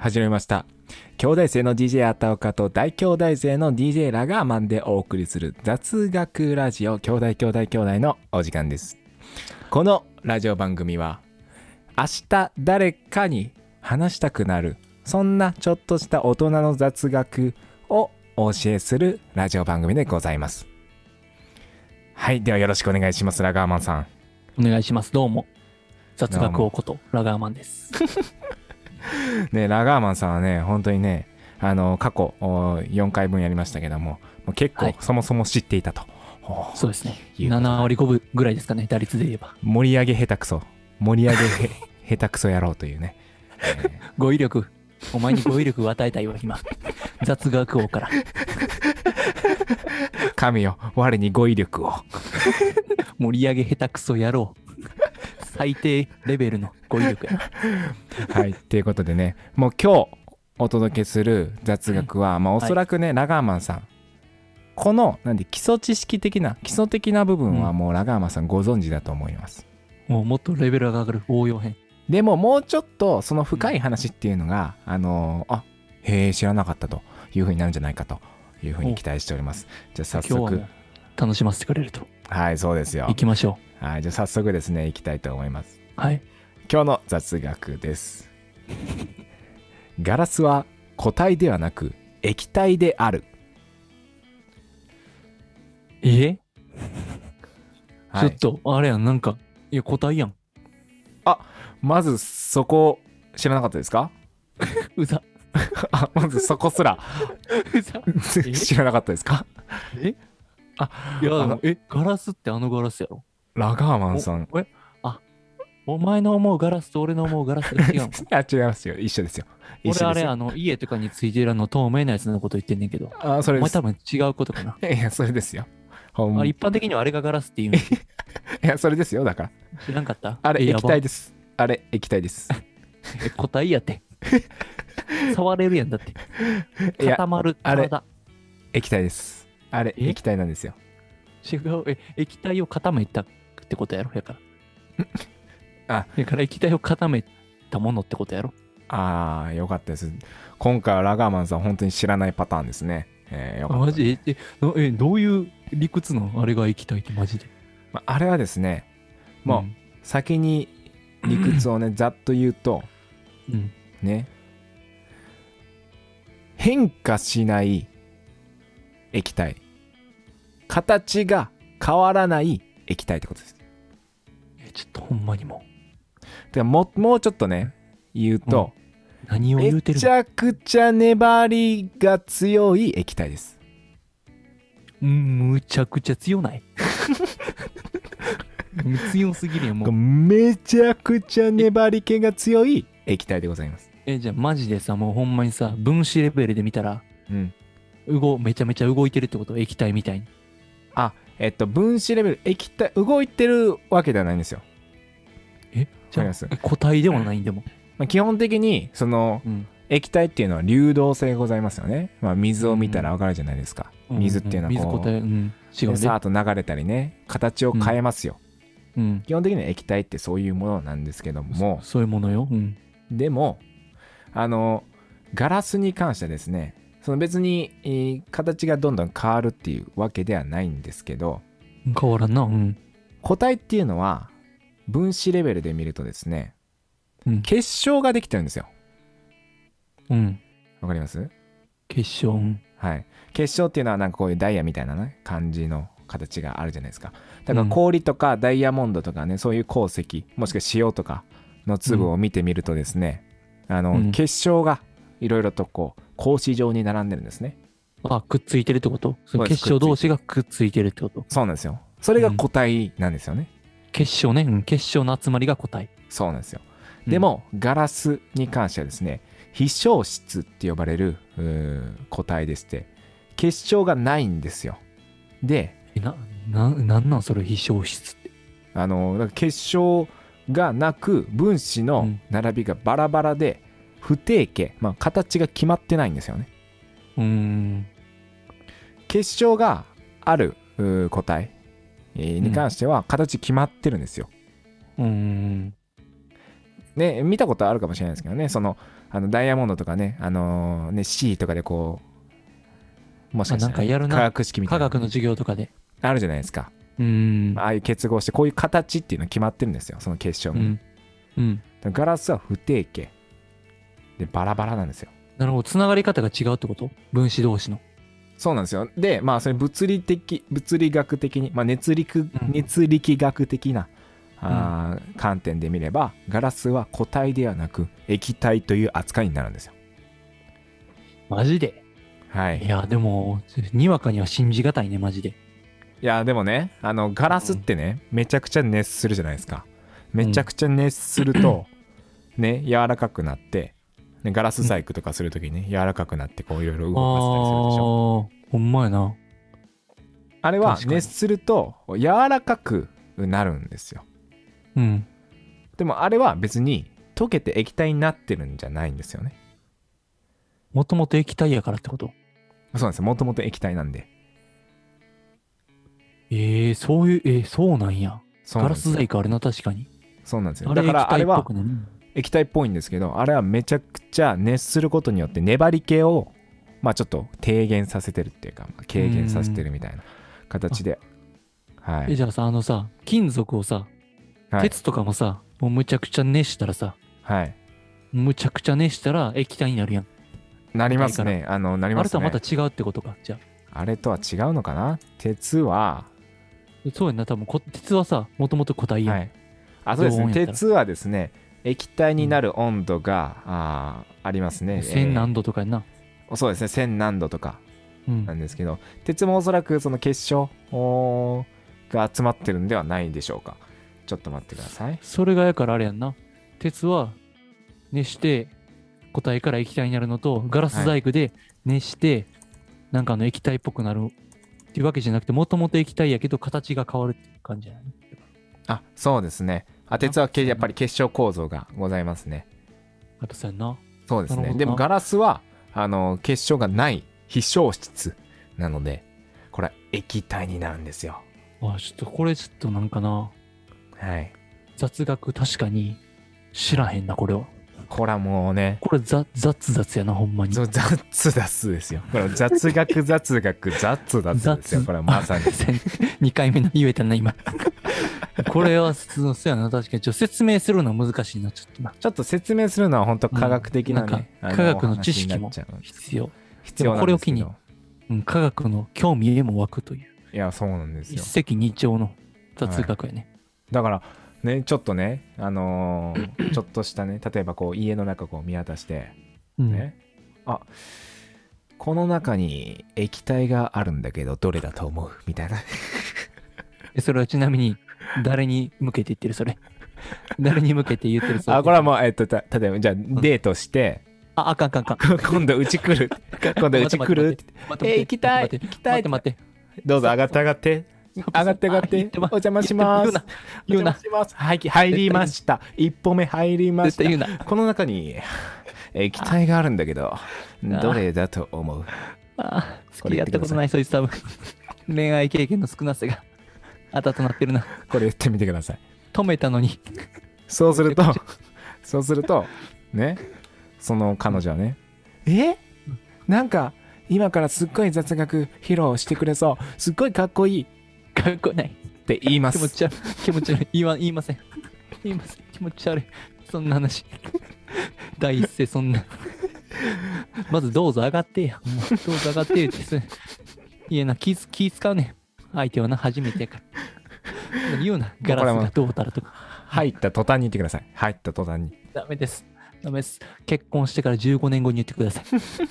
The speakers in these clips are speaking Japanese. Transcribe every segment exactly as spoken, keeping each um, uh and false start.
始めました。兄弟生の ディージェー あたおかと大兄弟生の ディージェー ラガーマンでお送りする雑学ラジオ兄弟兄弟兄弟のお時間です。このラジオ番組は明日誰かに話したくなる、そんなちょっとした大人の雑学をお教えするラジオ番組でございます。はい、ではよろしくお願いします。ラガーマンさんお願いします。どうも雑学王ことラガーマンですね、ラガーマンさんはね、本当にね、あの過去よんかいぶんやりましたけども、もう結構そもそも知っていたと、 はい、そうですね。ななわりごぶぐらいですかね、打率で言えば。 盛り上げ下手くそ盛り上げ下手くそやろうというね、えー、 語彙力、お前に語彙力を与えたいわ今雑学王から神よ我に語彙力を盛り上げ下手くそやろう最低レベルの語彙力やなはい、ということでね、もう今日お届けする雑学は、まあ、おそらくね、はい、ラガーマンさんこのなんで基礎知識的な基礎的な部分はもうラガーマンさんご存知だと思います、 うん、もうもっとレベルが上がる応用編でももうちょっとその深い話っていうのが、うん、あのあへえ知らなかったというふうになるんじゃないかというふうに期待しております。じゃあ早速今日は楽しませてくれると。 はいそうですよ。 行きましょう。はい、じゃあ早速ですね行きたいと思います。 はい。 今日の雑学ですガラスは固体ではなく液体である。 え、 はい、 ちょっとあれやん、なんかいや固体やん。 あ、まずそこ知らなかったですかうざあ、まずそこすらうざ知らなかったですかえあ、いやでもえガラスってあのガラスやろ。 ラガーマンさん。 えあお前の思うガラスと俺の思うガラスが違うのいや違いますよ、一緒ですよ。 一緒ですよ。俺あれあの家とかについてるあの透明なやつのこと言ってんねんけど。 あ、それです。 お前多分違うことかな。 いやそれですよ。 あ一般的にはあれがガラスって言うんいやそれですよ。だから知らんかった。 あれ液体です。あれ液体ですえ固体やって触れるやんだって。固まる体。 液体です。あれ液体なんですよ。 違う。え液体を固めたってことやろやからあだから液体を固めたものってことやろ。 ああよかったです。今回はラガーマンさん本当に知らないパターンですね。えー、よかった。 マジええどういう理屈のあれが液体ってマジで。 まあれはですねもう先に理屈をねざっと言うと、うん、ね変化しない液体、形が変わらない液体ってことです。 えちょっとほんまにもうでももうちょっとね言うと、 うん、何を言うてるの。 めちゃくちゃ粘りが強い液体です。 むちゃくちゃ強ない強すぎるよもう。 めちゃくちゃ粘り気が強い液体でございます。 えじゃあマジでさもうほんまにさ分子レベルで見たら、うん、動めちゃめちゃ動いてるってこと？液体みたいに。 あえっと分子レベル液体動いてるわけではないんですよ。 えじゃあ固体ではないんでも、 まあ、基本的にその、うん、液体っていうのは流動性ございますよね。まあ、水を見たらわかるじゃないですか、うん、水っていうのはこう、うんうん、水固体、うん、違うね、さーっと流れたりね形を変えますよ、うん、基本的には液体ってそういうものなんですけども、 そ, そういうものよ、うん、 でもあのガラスに関してはですねその別に、えー、形がどんどん変わるっていうわけではないんですけど変わらんな、うん、 固体っていうのは分子レベルで見るとですね、うん、結晶ができてるんですよ。うん。わかります？ 結晶、うん、 はい。結晶っていうのはなんかこういうダイヤみたいなね感じの形があるじゃないですか。だから氷とかダイヤモンドとかね、うん、そういう鉱石もしくは塩とかの粒を見てみるとですね、うん、あの、うん、結晶がいろいろとこう格子状に並んでるんですね。 あ、くっついてるってこと？その結晶同士がくっついてるってこと？ そうなんですよ。それが固体なんですよね。 うん、結晶ね、うん、結晶の集まりが固体。 そうなんですよ。でも、うん、ガラスに関してはですね非焼質って呼ばれる固体でして結晶がないんですよ。でな、な、なんなんそれ非焼質って。 あの結晶がなく分子の並びがバラバラで不定形、まあ、形が決まってないんですよね。 うーん結晶がある固体に関しては形決まってるんですよ。 うーんね、見たことあるかもしれないですけどね、その、あのダイヤモンドとかね、あのー、ね、C とかでこう、もしかしたら、ね、 なんかやるな化学式みたいな。 科学の授業とかで。 あるじゃないですか。 うん。 ああいう結合して、こういう形っていうのが決まってるんですよ、その結晶が。うん。うん、ガラスは不定形。で、バラバラなんですよ。 なるほど。つながり方が違うってこと？分子同士の。 そうなんですよ。で、まあ、それ物理的、物理学的に、まあ、熱力、熱力学的な、あうん、観点で見ればガラスは固体ではなく液体という扱いになるんですよ。 マジで？はい。いやでもにわかには信じがたいねマジで。 いやでもね、あのガラスってね、うん、めちゃくちゃ熱するじゃないですか。めちゃくちゃ熱すると、うん、ね柔らかくなって、ね、ガラス細工とかするときにね、うん、柔らかくなってこういろいろ動かせたりするでしょ。 ああほんまやな。 あれは熱すると柔らかくなるんですよ。うん、でもあれは別に溶けて液体になってるんじゃないんですよね。 もともと液体やからってこと？ そうなんですよ。もともと液体なんで。 えー、そういう、えー、そうなんや。ガラス細工あるな、確かに。 そうなんですよ。だからあれは液体っぽいんですけど、あれはめちゃくちゃ熱することによって粘り気を、まあちょっと低減させてるっていうか、軽減させてるみたいな形で。 はい。え、じゃあさ、あのさ、金属をさ、はい、鉄とかもさ、もうむちゃくちゃ熱したらさ、はい。むちゃくちゃ熱したら液体になるやん。 なりますね。あの、なりますね。 あれとはまた違うってことか、じゃあ。あれとは違うのかな？鉄は、 そうやな、多分こ、鉄はさ、もともと固体やん。はい。 あ、そうですね。鉄はですね、液体になる温度が、うん、あ, ありますね。 せん何度とかやな。 えー、そうですね、せん何度とかなんですけど、うん、鉄もおそらくその結晶が集まってるんではないでしょうか。ちょっと待ってください。 それがやからあれやんな。鉄は熱して固体から液体になるのと、ガラス細工で熱して、はい、なんかあの液体っぽくなるっていうわけじゃなくて、もともと液体やけど形が変わるっていう感じじゃない？ あ、そうですね。あ、鉄はやっぱり結晶構造がございますね。 あとそうやな。 そうですね。でもガラスはあの結晶がない非消失なので、これは液体になるんですよ。 あ、ちょっとこれちょっとなんかな。はい。雑学確かに知らへんな、これは。 これはもうね。 これ雑雑雑やな、ほんまに。 そう雑雑ですよ。これ雑学雑学雑雑ですよ。これはまさに。 にかいめの言えたな、今。これはそうやな、確かに。ちょっと説明するのは難しいな、ちょっとな。 ちょっと説明するのは本当科学的なね。 うん、なんか科学の知識も必要。 必要なんですけど。 これを機に、うん、科学の興味へも湧くという。 いや、そうなんですよ。 一石二鳥の雑学やね。はい、 だから、ね、ちょっとね、あのー、ちょっとしたね、例えばこう家の中こう見渡して、ね、うん、あ、この中に液体があるんだけどどれだと思うみたいな。 それはちなみに誰に向けて言ってるそれ？誰に向けて言ってるそれ？ あ、これはもう、えっと、た例えばじゃあデートして、 うん、あ、あかんかんかん。 今度うち来る。今度うち来る。え、行きたい。行きたい。 待って待って。 どうぞ上がって上がって。上がって上がって。お邪魔します。 言うな。 はい、入りました。一歩目入りました。この中に液体があるんだけど、どれだと思う？ ああ、好きやったことない、そいつ多分。恋愛経験の少なさがあたとなってるな。 これ言ってみてください。 止めたのに。 そうすると、そうすると、ね、その彼女はね、え？なんか、今からすっごい雑学披露してくれそう。すっごいかっこいい。 かっこない。 って言います。 気持ち悪い。気持ち悪い。言わ、言いません。言いません。気持ち悪い。そんな話。第一声そんな。まずどうぞ上がってや。どうぞ上がってよって。いやな、気、気使うね。相手はな、初めてやから。言うな。ガラスがどうたらとか。 入った途端に言ってください。入った途端に。 ダメです。ダメです。結婚してからじゅうごねんごに言ってください。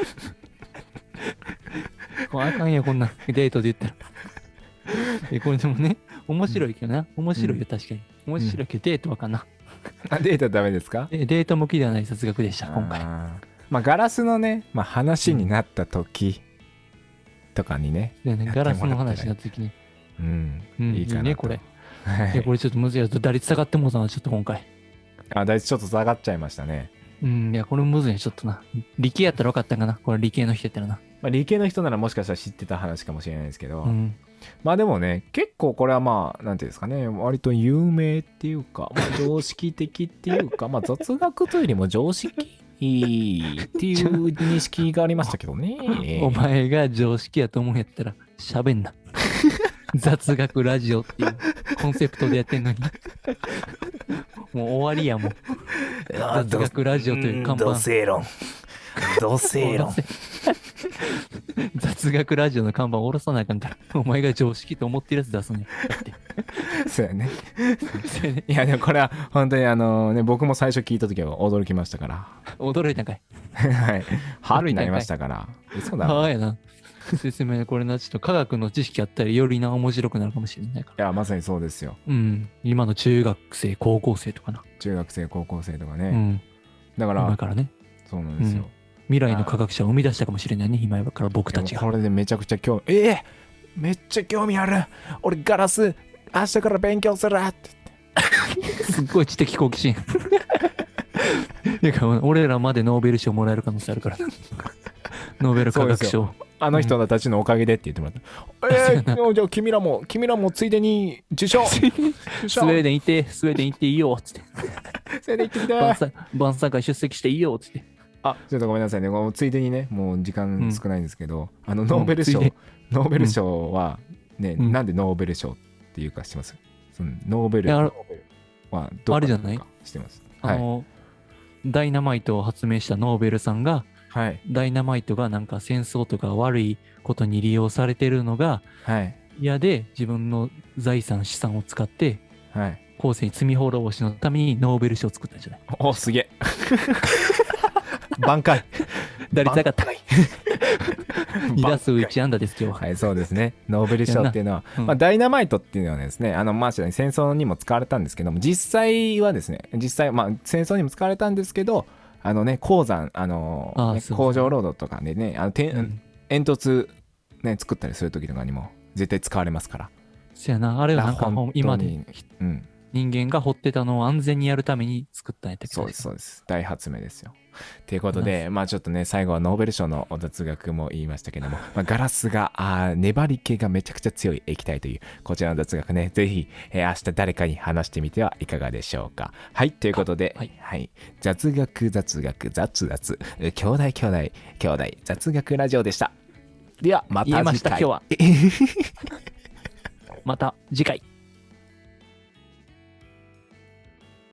もうあかんよ、こんなデートで言ったら。え、これでもね、面白いけどな。面白いよ、確かに。面白いけど、デートはかな。 あ、デートはダメですか？ デート向きではない雑学でした、今回。 まあ、ガラスのね、まあ、話になった時とかにね。 うん、ガラスの話になった時に。 うん。 うん、いいかな。いいね、これ。いや、これちょっとむずいやつ、打率下がってもうたな、ちょっと今回。 あ、打率ちょっと下がっちゃいましたね。 うん、いや、これむずいね、ちょっとな。理系やったら分かったんかな。これ理系の人やったらな。 まあ、理系の人ならもしかしたら知ってた話かもしれないですけど、 うん、 まあでもね結構これはまあなんていうんですかね割と有名っていうか、まあ、常識的っていうかまあ雑学というよりも常識っていう認識がありましたけどね。 お前が常識やと思うんやったら喋んな。雑学ラジオっていうコンセプトでやってんのに。もう終わりやもん。雑学ラジオという看板。 土星論。土星論。 雑学ラジオの看板下ろさなあかんから。お前が常識と思ってるやつ出すね。だって。 そうやね。いやでもこれは本当にあのね僕も最初聞いた時は驚きましたから。 驚いたんかい。 はい。春になりましたから。そうだ。 はあやな。説明これなちょっと科学の知識あったらよりな面白くなるかもしれないから。 いやまさにそうですよ。 うん。今の中学生高校生とかな。 中学生高校生とかね。 うん。 だから今からね。 そうなんですよ。 うん未来の科学者を生み出したかもしれないね、今から僕たちが。 これでめちゃくちゃ興味、ええー、めっちゃ興味ある。俺ガラス、明日から勉強するって言って。すっごい知的好奇心。いや俺らまでノーベル賞もらえる可能性あるから。ノーベル科学賞。 あの人たちのおかげでって言ってもらった。うん、えー、じゃあ君らも、君らもついでに受賞。 スウェーデン行って、スウェーデン行っていいよ、つって。 スウェーデン行ってきて。 晩餐会出席していいよ、つって。 あ、ちょっとごめんなさいね。ついでにね、もう時間少ないんですけど、うん、あのノーベル賞、うん、ノーベル賞はね、うん、なんでノーベル賞っていうか知ってます？そのノーベルはどうか知ってます？ あの、はい、ダイナマイトを発明したノーベルさんが、はい、ダイナマイトがなんか戦争とか悪いことに利用されてるのが嫌で、はい、自分の財産資産を使って、はい、後世に罪滅ぼしのためにノーベル賞を作ったんじゃない？ お、すげえ。挽回。 打率上がった。に打数いち安打です今日は。 はい、そうですね。ノーベル賞っていうのは、うんまあ、ダイナマイトっていうのはですね、あのまあ戦争にも使われたんですけども、実際はですね、実際まあ戦争にも使われたんですけど、あのね鉱山あのーね、工場労働とかでね、あのて、うん、煙突ね作ったりする時とかにも絶対使われますから。 そやな、あれはなんか今で、うん、人間が掘ってたのを安全にやるために作ったんやったっけ？ そうですそうです。大発明ですよ。ということで、まあちょっとね、最後はノーベル賞の雑学も言いましたけども、まあ、ガラスがあ粘り気がめちゃくちゃ強い液体というこちらの雑学ね、ぜひ、えー、明日誰かに話してみてはいかがでしょうか。はい、ということで、はい、はい、雑学雑学雑雑兄弟兄弟兄弟雑学ラジオでした。ではまた次回。 言えました今日は。また次回。